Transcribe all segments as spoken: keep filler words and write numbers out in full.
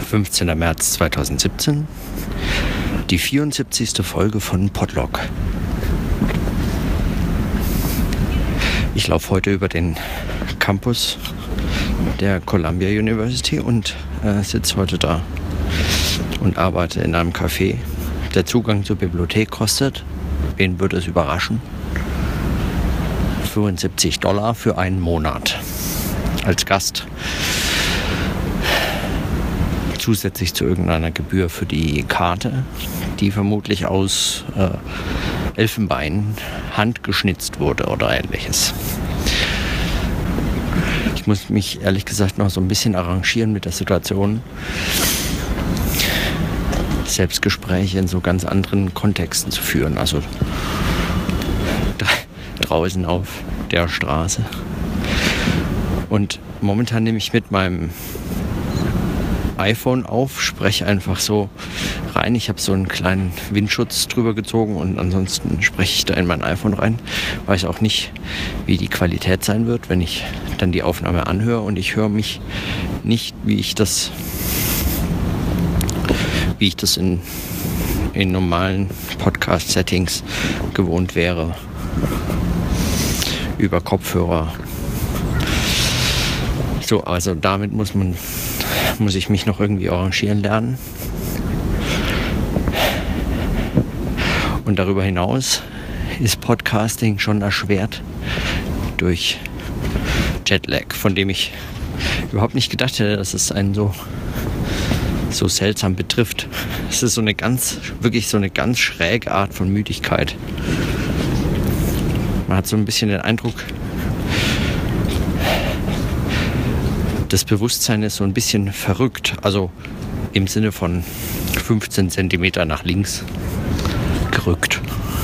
fünfzehnter März zweitausendsiebzehn, die vierundsiebzigste Folge von Podlog. Ich laufe heute über den Campus der Columbia University und äh, sitze heute da und arbeite in einem Café. Der Zugang zur Bibliothek kostet, wen würde es überraschen, fünfundsiebzig Dollar für einen Monat als Gast. Zusätzlich zu irgendeiner Gebühr für die Karte, die vermutlich aus äh, Elfenbein handgeschnitzt wurde oder ähnliches. Ich muss mich ehrlich gesagt noch so ein bisschen arrangieren mit der Situation, Selbstgespräche in so ganz anderen Kontexten zu führen. Also draußen auf der Straße. Und momentan nehme ich mit meinem iPhone auf, spreche einfach so rein. Ich habe so einen kleinen Windschutz drüber gezogen und ansonsten spreche ich da in mein iPhone rein. Weiß auch nicht, wie die Qualität sein wird, wenn ich dann die Aufnahme anhöre, und ich höre mich nicht, wie ich das wie ich das in, in normalen Podcast-Settings gewohnt wäre. Über Kopfhörer. So, also damit muss man muss ich mich noch irgendwie arrangieren lernen. Und darüber hinaus ist Podcasting schon erschwert durch Jetlag, von dem ich überhaupt nicht gedacht hätte, dass es einen so, so seltsam betrifft. Es ist so eine ganz, wirklich so eine ganz schräge Art von Müdigkeit. Man hat so ein bisschen den Eindruck, das Bewusstsein ist so ein bisschen verrückt, also im Sinne von fünfzehn Zentimeter nach links gerückt.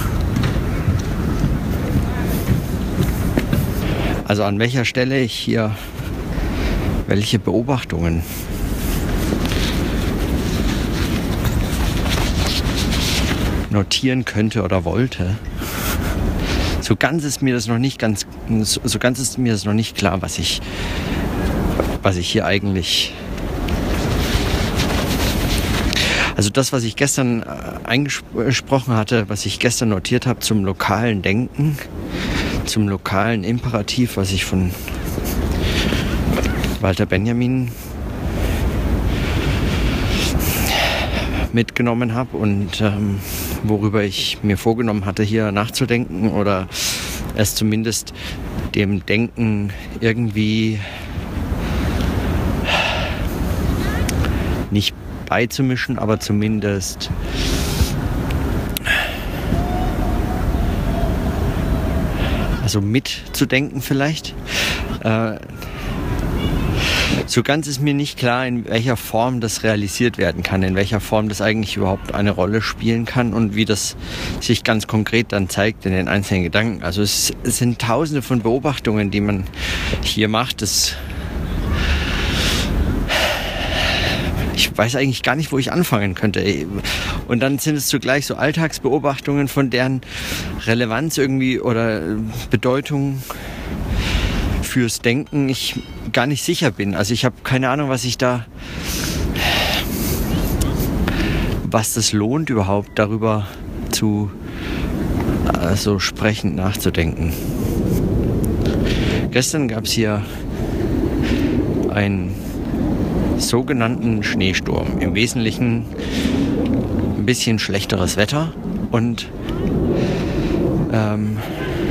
Also an welcher Stelle ich hier welche Beobachtungen notieren könnte oder wollte. So ganz ist mir das noch nicht ganz, so, so ganz ist mir das noch nicht klar, was ich was ich hier eigentlich, also das, was ich gestern eingesprochen hatte, was ich gestern notiert habe zum lokalen Denken, zum lokalen Imperativ, was ich von Walter Benjamin mitgenommen habe und ähm, worüber ich mir vorgenommen hatte, hier nachzudenken oder es zumindest dem Denken irgendwie nicht beizumischen, aber zumindest also mitzudenken vielleicht. Äh, so ganz ist mir nicht klar, in welcher Form das realisiert werden kann, in welcher Form das eigentlich überhaupt eine Rolle spielen kann und wie das sich ganz konkret dann zeigt in den einzelnen Gedanken. Also es, es sind tausende von Beobachtungen, die man hier macht. Das Ich weiß eigentlich gar nicht, wo ich anfangen könnte. Und dann sind es zugleich so Alltagsbeobachtungen, von deren Relevanz irgendwie oder Bedeutung fürs Denken ich gar nicht sicher bin. Also ich habe keine Ahnung, was ich da, was das lohnt überhaupt, darüber zu also sprechend nachzudenken. Gestern gab es hier ein sogenannten Schneesturm. Im Wesentlichen ein bisschen schlechteres Wetter und ähm,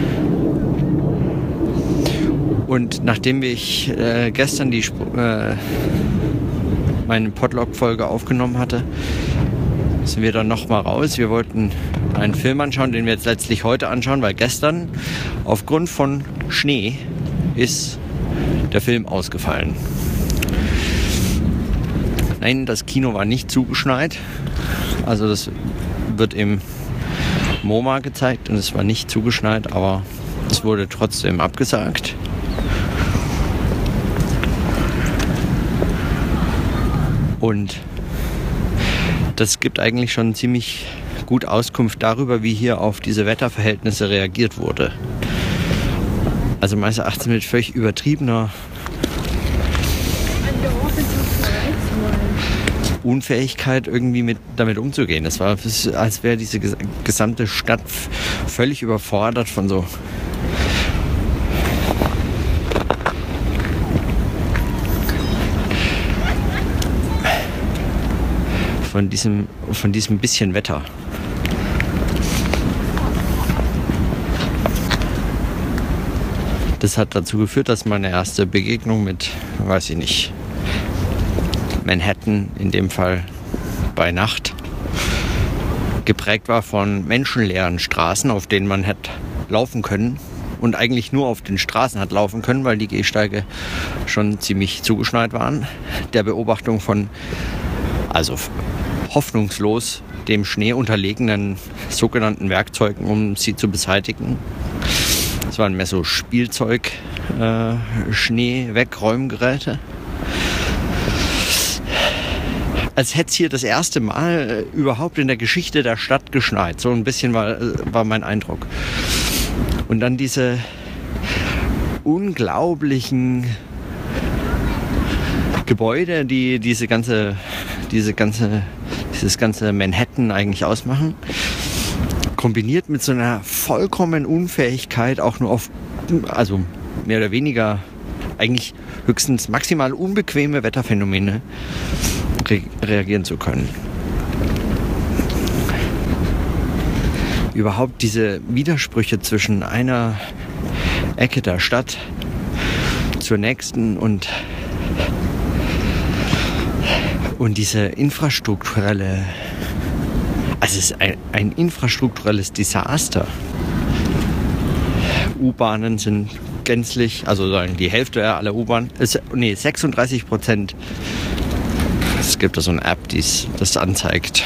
und nachdem ich äh, gestern die äh, meine Podlog-Folge aufgenommen hatte, sind wir dann nochmal raus. Wir wollten einen Film anschauen, den wir jetzt letztlich heute anschauen, weil gestern aufgrund von Schnee ist der Film ausgefallen. Nein, das Kino war nicht zugeschneit. Also das wird im MoMA gezeigt und es war nicht zugeschneit, aber es wurde trotzdem abgesagt. Und das gibt eigentlich schon ziemlich gut Auskunft darüber, wie hier auf diese Wetterverhältnisse reagiert wurde. Also meines Erachtens mit völlig übertriebener Unfähigkeit, irgendwie mit, damit umzugehen. Es war, als wäre diese gesamte Stadt völlig überfordert von so von diesem, von diesem bisschen Wetter. Das hat dazu geführt, dass meine erste Begegnung mit, weiß ich nicht, Manhattan, in dem Fall bei Nacht, geprägt war von menschenleeren Straßen, auf denen man hätte laufen können und eigentlich nur auf den Straßen hat laufen können, weil die Gehsteige schon ziemlich zugeschneit waren. Der Beobachtung von, also hoffnungslos dem Schnee unterlegenen sogenannten Werkzeugen, um sie zu beseitigen. Es waren mehr so Spielzeug, äh, Schnee-Wegräumgeräte. Als hätte es hier das erste Mal äh, überhaupt in der Geschichte der Stadt geschneit. So ein bisschen war, äh, war mein Eindruck. Und dann diese unglaublichen Gebäude, die diese ganze, diese ganze, dieses ganze Manhattan eigentlich ausmachen, kombiniert mit so einer vollkommenen Unfähigkeit, auch nur auf, also mehr oder weniger eigentlich höchstens maximal unbequeme Wetterphänomene re- reagieren zu können. Überhaupt diese Widersprüche zwischen einer Ecke der Stadt zur nächsten und und diese infrastrukturelle, also es ist ein, ein infrastrukturelles Desaster. U-Bahnen sind gänzlich, also sagen die Hälfte aller U-Bahnen, nee, sechsunddreißig Prozent. Es gibt da so eine App, die das anzeigt,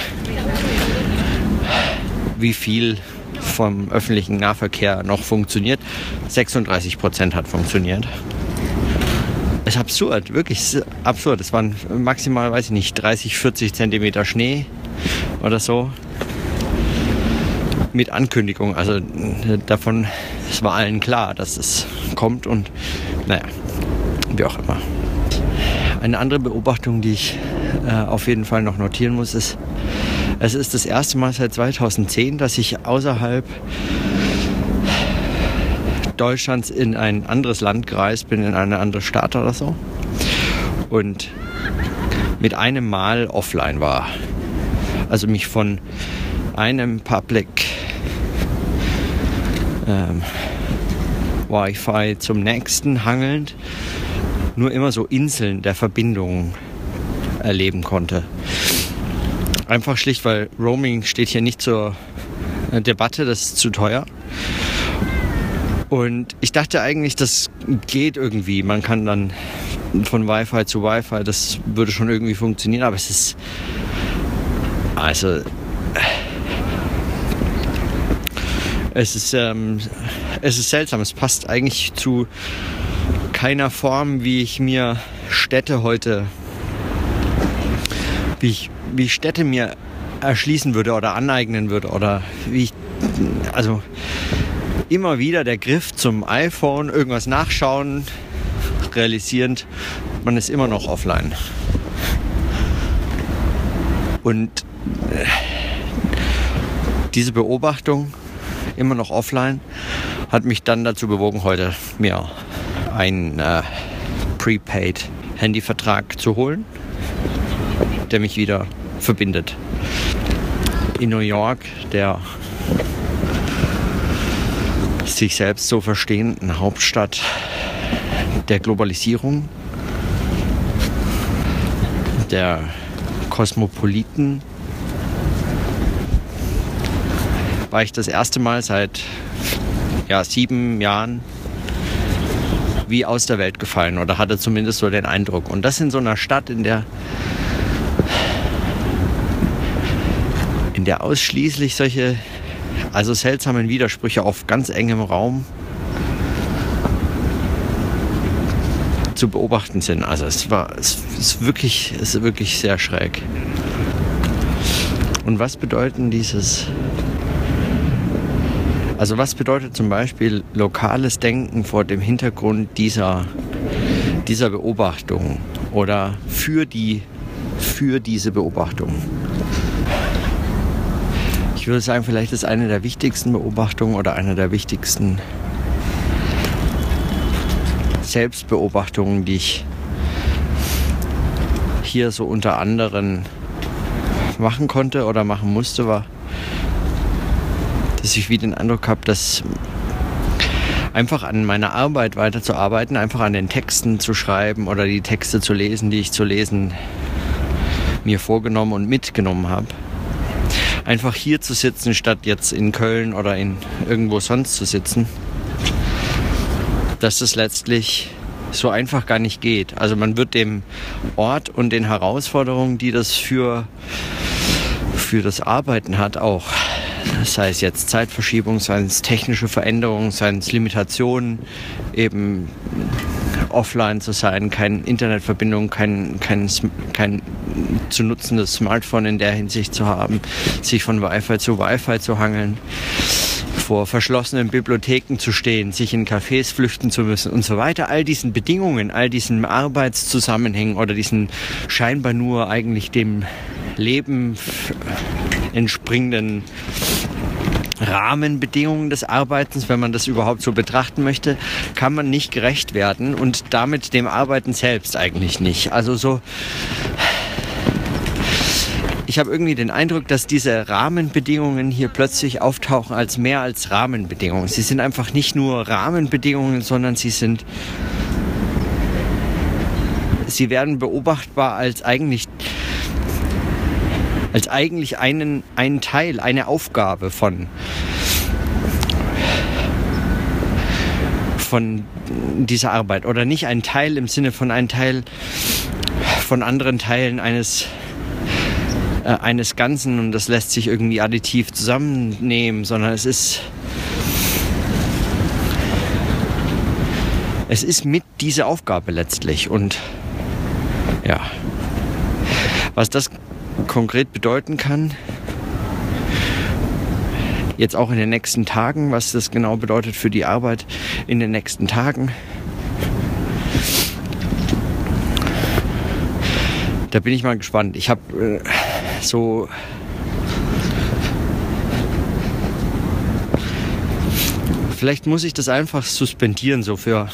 wie viel vom öffentlichen Nahverkehr noch funktioniert. sechsunddreißig Prozent hat funktioniert. Es ist absurd, wirklich absurd. Es waren maximal, weiß ich nicht, dreißig, vierzig Zentimeter Schnee oder so. Mit Ankündigung, also davon, es war allen klar, dass es kommt und naja, wie auch immer. Eine andere Beobachtung, die ich äh, auf jeden Fall noch notieren muss, ist, es ist das erste Mal seit zweitausendzehn, dass ich außerhalb Deutschlands in ein anderes Land gereist bin, in eine andere Stadt oder so, und mit einem Mal offline war. Also mich von einem Public ähm, Wi-Fi zum nächsten hangelnd, nur immer so Inseln der Verbindung erleben konnte. Einfach schlicht, weil Roaming steht hier nicht zur Debatte, das ist zu teuer. Und ich dachte eigentlich, das geht irgendwie. Man kann dann von Wi-Fi zu Wi-Fi, das würde schon irgendwie funktionieren. Aber es ist, also, es ist, ähm, es ist seltsam. Es passt eigentlich zu keiner Form, wie ich mir Städte heute, wie ich, wie ich Städte mir erschließen würde oder aneignen würde oder wie ich, also immer wieder der Griff zum iPhone, irgendwas nachschauen, realisierend, man ist immer noch offline. Und äh, diese Beobachtung, immer noch offline, hat mich dann dazu bewogen, heute mir einen äh, Prepaid-Handyvertrag zu holen, der mich wieder verbindet. In New York, der sich selbst so verstehenden Hauptstadt der Globalisierung, der Kosmopoliten, war ich das erste Mal seit ja, sieben Jahren wie aus der Welt gefallen oder hatte zumindest so den Eindruck. Und das in so einer Stadt, in der in der ausschließlich solche, also seltsamen Widersprüche auf ganz engem Raum zu beobachten sind. Also es war, es ist wirklich, es ist wirklich sehr schräg. Und was bedeuten dieses, also was bedeutet zum Beispiel lokales Denken vor dem Hintergrund dieser, dieser Beobachtung oder für die für diese Beobachtung. Ich würde sagen, vielleicht ist eine der wichtigsten Beobachtungen oder eine der wichtigsten Selbstbeobachtungen, die ich hier so unter anderem machen konnte oder machen musste, war, dass ich wie den Eindruck habe, dass einfach an meiner Arbeit weiterzuarbeiten, einfach an den Texten zu schreiben oder die Texte zu lesen, die ich zu lesen mir vorgenommen und mitgenommen habe. Einfach hier zu sitzen, statt jetzt in Köln oder in irgendwo sonst zu sitzen, dass das letztlich so einfach gar nicht geht. Also man wird dem Ort und den Herausforderungen, die das für, für das Arbeiten hat, auch, sei es jetzt Zeitverschiebung, sei es technische Veränderungen, sei es Limitationen, eben offline zu sein, keine Internetverbindung, kein, kein, kein zu nutzendes Smartphone in der Hinsicht zu haben, sich von Wi-Fi zu Wi-Fi zu hangeln, vor verschlossenen Bibliotheken zu stehen, sich in Cafés flüchten zu müssen und so weiter. All diesen Bedingungen, all diesen Arbeitszusammenhängen oder diesen scheinbar nur eigentlich dem Leben entspringenden Rahmenbedingungen des Arbeitens, wenn man das überhaupt so betrachten möchte, kann man nicht gerecht werden und damit dem Arbeiten selbst eigentlich nicht. Also so, ich habe irgendwie den Eindruck, dass diese Rahmenbedingungen hier plötzlich auftauchen als mehr als Rahmenbedingungen. Sie sind einfach nicht nur Rahmenbedingungen, sondern sie sind, sie werden beobachtbar als eigentlich als eigentlich einen, einen Teil, eine Aufgabe von, von dieser Arbeit. Oder nicht ein Teil im Sinne von ein Teil von anderen Teilen eines, äh, eines Ganzen und das lässt sich irgendwie additiv zusammennehmen, sondern es ist, es ist mit dieser Aufgabe letztlich. Und ja, was das konkret bedeuten kann, jetzt auch in den nächsten Tagen, was das genau bedeutet für die Arbeit in den nächsten Tagen. Da bin ich mal gespannt. Ich habe äh, so vielleicht muss ich das einfach suspendieren, so für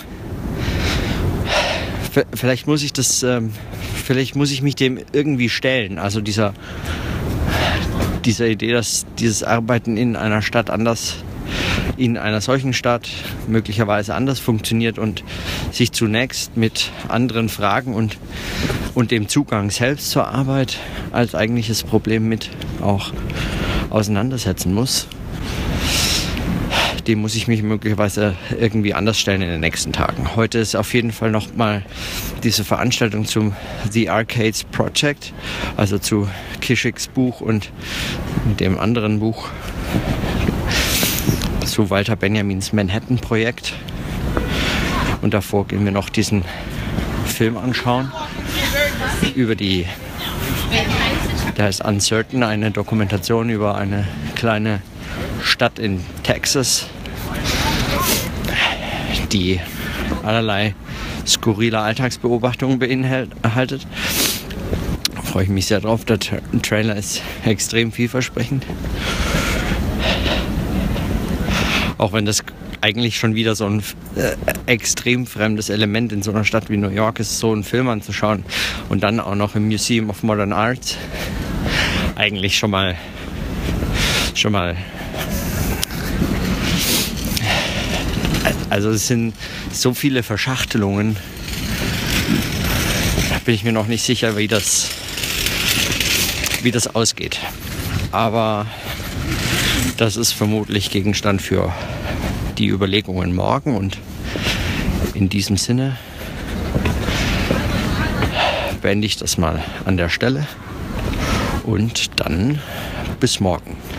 vielleicht muss ich das ähm, Vielleicht muss ich mich dem irgendwie stellen. Also dieser, dieser Idee, dass dieses Arbeiten in einer Stadt anders, in einer solchen Stadt möglicherweise anders funktioniert und sich zunächst mit anderen Fragen und, und dem Zugang selbst zur Arbeit als eigentliches Problem mit auch auseinandersetzen muss. Dem muss ich mich möglicherweise irgendwie anders stellen in den nächsten Tagen. Heute ist auf jeden Fall nochmal diese Veranstaltung zum The Arcades Project, also zu Kischicks Buch und dem anderen Buch zu Walter Benjamins Manhattan-Projekt. Und davor gehen wir noch diesen Film anschauen über die, der ist Uncertain, eine Dokumentation über eine kleine Stadt in Texas, die allerlei skurrile Alltagsbeobachtungen beinhaltet. Da freue ich mich sehr drauf. Der Tra- Trailer ist extrem vielversprechend. Auch wenn das eigentlich schon wieder so ein äh, extrem fremdes Element in so einer Stadt wie New York ist, so einen Film anzuschauen und dann auch noch im Museum of Modern Art. Eigentlich schon mal schon mal Also es sind so viele Verschachtelungen, da bin ich mir noch nicht sicher, wie das, wie das ausgeht. Aber das ist vermutlich Gegenstand für die Überlegungen morgen und in diesem Sinne beende ich das mal an der Stelle und dann bis morgen.